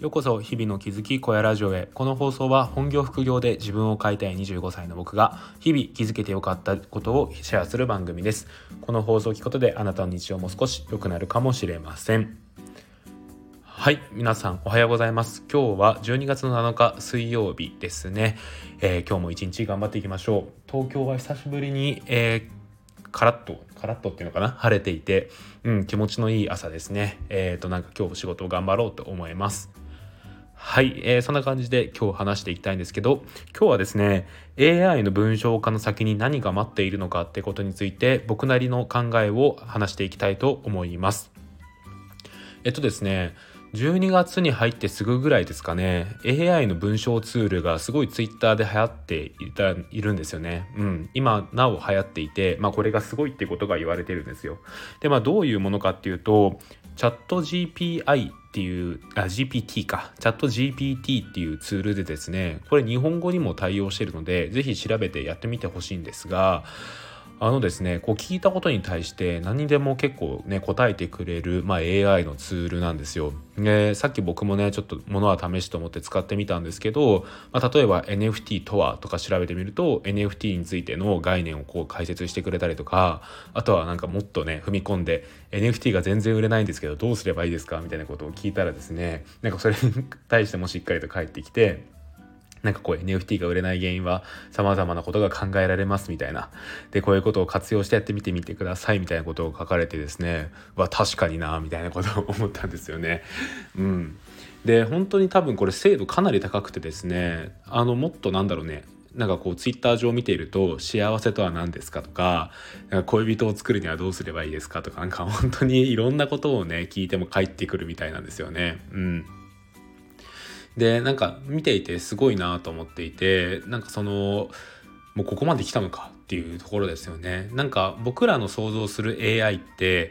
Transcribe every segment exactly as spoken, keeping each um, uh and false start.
ようこそ日々の気づき小屋ラジオへ。この放送は本業副業で自分を変えたいにじゅうごさいの僕が日々気づけてよかったことをシェアする番組です。この放送を聞くことであなたの日常も少し良くなるかもしれません。はい、皆さんおはようございます。今日はじゅうにがつのなのか水曜日ですね。えー、今日も一日頑張っていきましょう。東京は久しぶりに、えー、カラッとカラッとっていうのかな、晴れていて、うん、気持ちのいい朝ですね。えーとなんか今日仕事を頑張ろうと思います。はい、えー、そんな感じで今日話していきたいんですけど、今日はですね エーアイ の文章化の先に何が待っているのかってことについて僕なりの考えを話していきたいと思います。えっとですねじゅうにがつに入ってすぐぐらいですかね、 エーアイ の文章ツールがすごいツイッターで流行っていたいるんですよね。うん、今なお流行っていて、まあこれがすごいってことが言われてるんですよ。でまあどういうものかっていうと、チャット ジーピーアイ っていうあ ジーピーティー かチャット ジーピーティー っていうツールでですね、これ日本語にも対応しているのでぜひ調べてやってみてほしいんですが、あのですねこう聞いたことに対して何にでも結構ね答えてくれる、まあ、エーアイ のツールなんですよ。でさっき僕もねちょっとものは試しと思って使ってみたんですけど、まあ、例えば エヌエフティー とはとか調べてみると エヌエフティー についての概念をこう解説してくれたりとか、あとはなんかもっとね踏み込んで エヌエフティー が全然売れないんですけどどうすればいいですかみたいなことを聞いたらですね、なんかそれに対してもしっかりと返ってきて、なんかこう エヌエフティー が売れない原因は様々なことが考えられますみたいな。で、こういうことを活用してやってみてみてくださいみたいなことを書かれてですね、は確かになみたいなことを思ったんですよね。うん。で、本当に多分これ精度かなり高くてですね、あのもっとなんだろうね、なんかこうツイッター上見ていると幸せとは何ですかとか、なんか恋人を作るにはどうすればいいですかとか、なんか本当にいろんなことをね聞いても返ってくるみたいなんですよね。うん。でなんか見ていてすごいなと思っていて、なんかそのもうここまで来たのかっていうところですよね。なんか僕らの想像する エーアイって、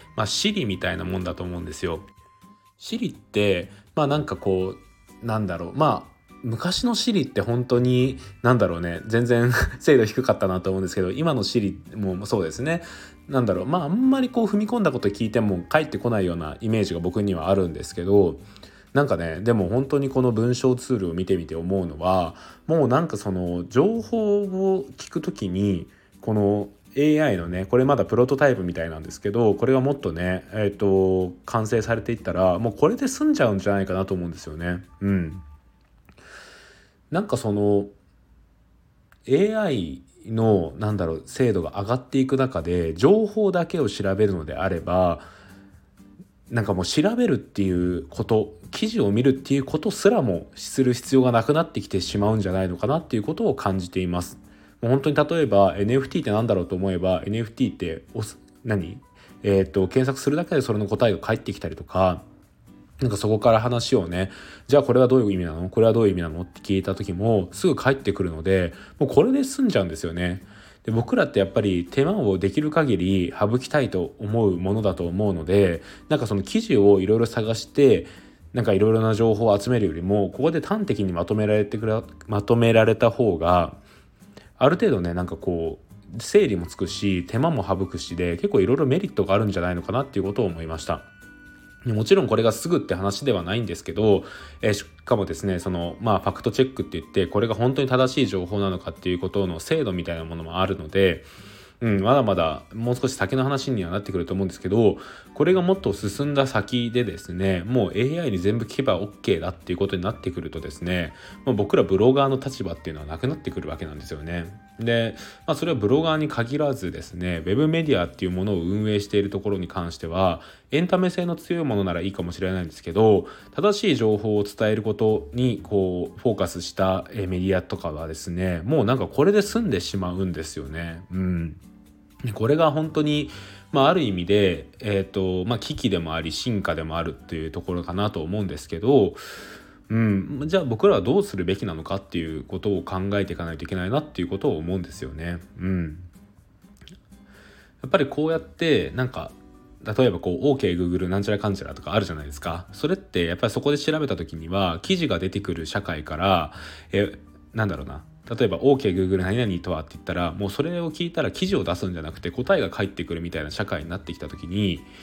まあ、Siri みたいなもんだと思うんですよ。Siri ってまあなんかこうなんだろう、まあ昔の Siri って本当になんだろうね、全然精度低かったなと思うんですけど、今の Siri もそうですね。なんだろう、まああんまりこう踏み込んだこと聞いても返ってこないようなイメージが僕にはあるんですけど、なんかねでも本当にこの文章ツールを見てみて思うのは、もうなんかその情報を聞くときにこの エーアイ のね、これまだプロトタイプみたいなんですけど、これがもっとねえっと完成されていったらもうこれで済んじゃうんじゃないかなと思うんですよね。うん。なんかその エーアイ のなんだろう精度が上がっていく中で情報だけを調べるのであれば、なんかもう調べるっていうこと、記事を見るっていうことすらもする必要がなくなってきてしまうんじゃないのかなっていうことを感じています。もう本当に例えば エヌエフティー ってなんだろうと思えば エヌエフティー っておす何えっと検索するだけでそれの答えが返ってきたりとか、なんかそこから話をね、じゃあこれはどういう意味なの、これはどういう意味なのって聞いた時もすぐ返ってくるので、もうこれで済んじゃうんですよね。で僕らってやっぱり手間をできる限り省きたいと思うものだと思うので、なんかその記事をいろいろ探してなんかいろいろな情報を集めるよりも、ここで端的にまとめられてくれまとめられた方がある程度ね、なんかこう整理もつくし手間も省くしで、結構いろいろメリットがあるんじゃないのかなっていうことを思いました。もちろんこれがすぐって話ではないんですけど、えーしかもですねそのまあファクトチェックって言ってこれが本当に正しい情報なのかっていうことの精度みたいなものもあるので、うん、まだまだもう少し先の話にはなってくると思うんですけど、これがもっと進んだ先でですね、もう エーアイ に全部聞けば OK だっていうことになってくるとですね、まあ、僕らブロガーの立場っていうのはなくなってくるわけなんですよね。で、まあ、それはブロガーに限らずですね、ウェブメディアっていうものを運営しているところに関してはエンタメ性の強いものならいいかもしれないんですけど、正しい情報を伝えることにこうフォーカスしたメディアとかはですね、もうなんかこれで済んでしまうんですよね。うん。これが本当に、まあ、ある意味で、えーとまあ、危機でもあり進化でもあるっていうところかなと思うんですけど、うん、じゃあ僕らはどうするべきなのかっていうことを考えていかないといけないなっていうことを思うんですよね。うん、やっぱりこうやってなんか例えばこう OK Google なんちゃらかんちゃらとかあるじゃないですか。それってやっぱりそこで調べた時には記事が出てくる社会からえなんだろうな、例えば OK Google 何々とはって言ったらもうそれを聞いたら記事を出すんじゃなくて答えが返ってくるみたいな社会になってきた時に、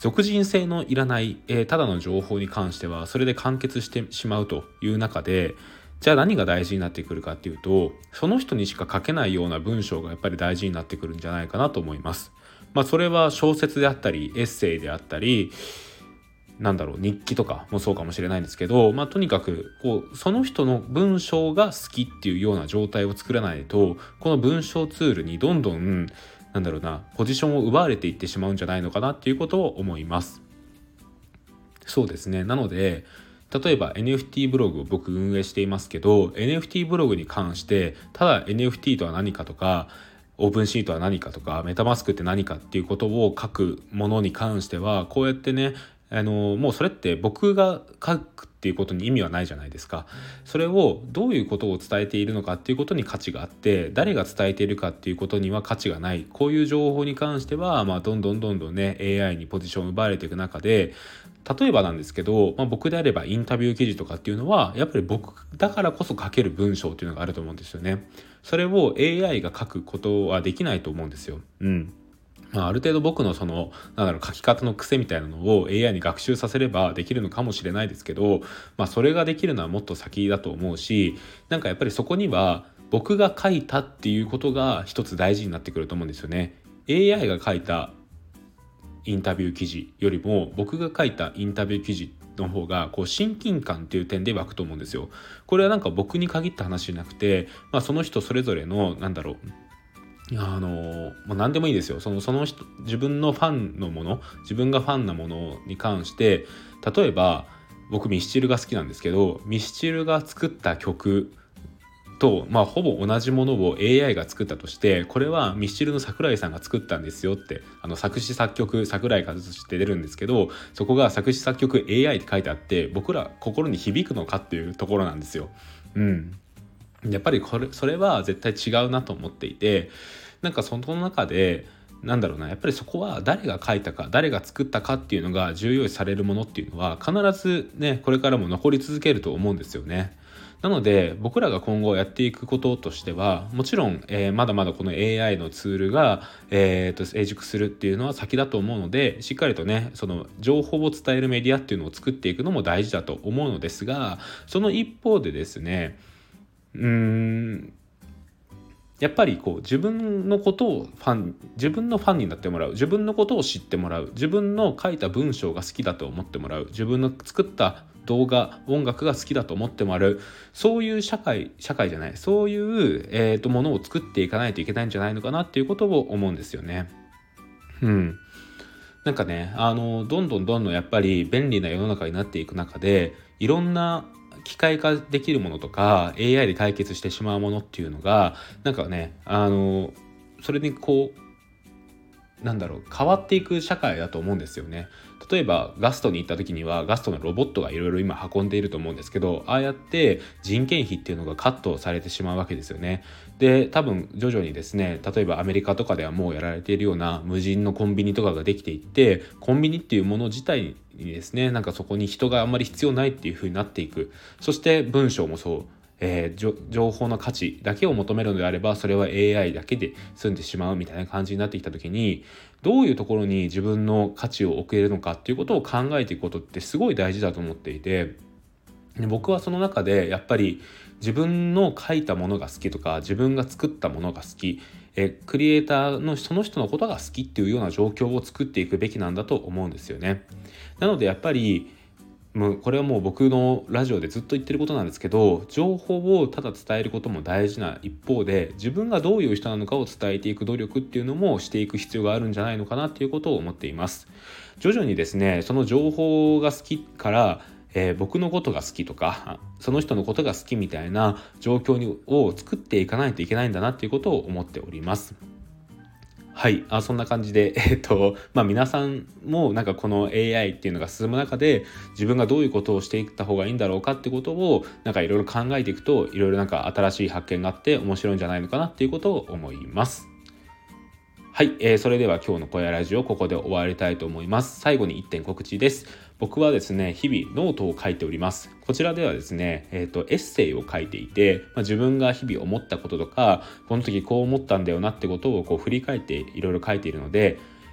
属人性のいらない、えー、ただの情報に関してはそれで完結してしまうという中で、じゃあ何が大事になってくるかっていうと、その人にしか書けないような文章がやっぱり大事になってくるんじゃないかなと思います。まあそれは小説であったりエッセイであったり、なんだろう日記とかもそうかもしれないんですけど、まあとにかくこうその人の文章が好きっていうような状態を作らないと、この文章ツールにどんどんなんだろうなポジションを奪われていってしまうんじゃないのかなっていうことを思います。そうですね。なので例えば エヌエフティー ブログを僕運営していますけど、 エヌエフティー ブログに関してただ エヌエフティー とは何かとかオープンシートは何かとかメタマスクって何かっていうことを書くものに関しては、こうやってねあのもうそれって僕が書くっていうことに意味はないじゃないですか。それをどういうことを伝えているのかっていうことに価値があって、誰が伝えているかっていうことには価値がない。こういう情報に関しては、まあ、どんどんどんどんね エーアイ にポジションを奪われていく中で、例えばなんですけど、まあ、僕であればインタビュー記事とかっていうのはやっぱり僕だからこそ書ける文章っていうのがあると思うんですよね。それを エーアイ が書くことはできないと思うんですよ。うんまあ、ある程度僕のそのなんだろう書き方の癖みたいなのを エーアイ に学習させればできるのかもしれないですけど、まあ、それができるのはもっと先だと思うし、なんかやっぱりそこには僕が書いたっていうことが一つ大事になってくると思うんですよね。 エーアイ が書いたインタビュー記事よりも僕が書いたインタビュー記事の方がこう親近感っていう点で湧くと思うんですよ。これはなんか僕に限った話じゃなくて、まあ、その人それぞれのなんだろうあのもう何でもいいですよ。そのその人自分のファンのもの、自分がファンなものに関して、例えば僕ミスチルが好きなんですけど、ミスチルが作った曲と、まあ、ほぼ同じものを エーアイ が作ったとして、これはミスチルの桜井さんが作ったんですよって、あの作詞作曲桜井和寿って出るんですけど、そこが作詞作曲 エーアイ って書いてあって、僕ら心に響くのかっていうところなんですよ。うんやっぱりこれそれは絶対違うなと思っていて、なんかその中でなんだろうなやっぱりそこは誰が書いたか誰が作ったかっていうのが重要視されるものっていうのは必ずねこれからも残り続けると思うんですよね。なので僕らが今後やっていくこととしては、もちろん、えーまだまだこの エーアイ のツールが、えーと成熟するっていうのは先だと思うので、しっかりとねその情報を伝えるメディアっていうのを作っていくのも大事だと思うのですが、その一方でですねうーんやっぱりこう自分のことをファン自分のファンになってもらう、自分のことを知ってもらう、自分の書いた文章が好きだと思ってもらう、自分の作った動画音楽が好きだと思ってもらう、そういう社会社会じゃないそういう、えーと、ものを作っていかないといけないんじゃないのかなっていうことを思うんですよね。うんなんかねあのどんどんどんどんやっぱり便利な世の中になっていく中で、いろんな機械化できるものとか エーアイ で解決してしまうものっていうのがなんかねあのそれにこうなんだろう変わっていく社会だと思うんですよね。例えばガストに行った時にはガストのロボットがいろいろ今運んでいると思うんですけど、ああやって人件費っていうのがカットされてしまうわけですよね。で多分徐々にですね、例えばアメリカとかではもうやられているような無人のコンビニとかができていって、コンビニっていうもの自体にですねなんかそこに人があんまり必要ないっていう風になっていく。そして文章もそうえー、情報の価値だけを求めるのであればそれは エーアイ だけで済んでしまうみたいな感じになってきた時に、どういうところに自分の価値を置けるのかっていうことを考えていくことってすごい大事だと思っていて、僕はその中でやっぱり自分の書いたものが好きとか自分が作ったものが好き、えクリエイターのその人のことが好きっていうような状況を作っていくべきなんだと思うんですよね。なのでやっぱりもうこれはもう僕のラジオでずっと言ってることなんですけど、情報をただ伝えることも大事な一方で、自分がどういう人なのかを伝えていく努力っていうのもしていく必要があるんじゃないのかなっていうことを思っています。徐々にですねその情報が好きから、えー僕のことが好きとかその人のことが好きみたいな状況にを作っていかないといけないんだなっていうことを思っております。はいあそんな感じで、えっとまあ、皆さんもなんかこの エーアイ っていうのが進む中で自分がどういうことをしていった方がいいんだろうかってことをなんかいろいろ考えていくと、いろいろなんか新しい発見があって面白いんじゃないのかなっていうことを思います。はい、えー、それでは今日の小屋ラジオここで終わりたいと思います。最後にいってん告知です。僕はですね日々ノートを書いております。こちらではですね、えーと、エッセイを書いていて、まあ、自分が日々思ったこととかこの時こう思ったんだよなってことをこう振り返っていろいろ書いているので、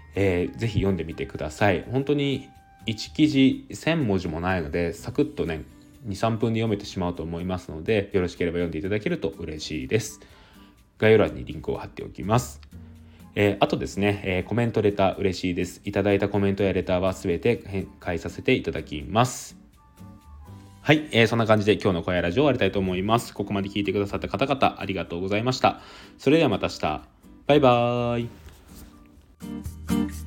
えー、ぜひ読んでみてください。本当にいち記事せん文字もないのでサクッとね にさんぷんで読めてしまうと思いますので、よろしければ読んでいただけると嬉しいです。概要欄にリンクを貼っておきます。えー、あとですね、えー、コメントレター嬉しいです。いただいたコメントやレターはすべて返返させていただきます。はい、えー、そんな感じで今日の小屋ラジオを終わりたいと思います。ここまで聞いてくださった方々ありがとうございました。それではまた明日。バイバーイ。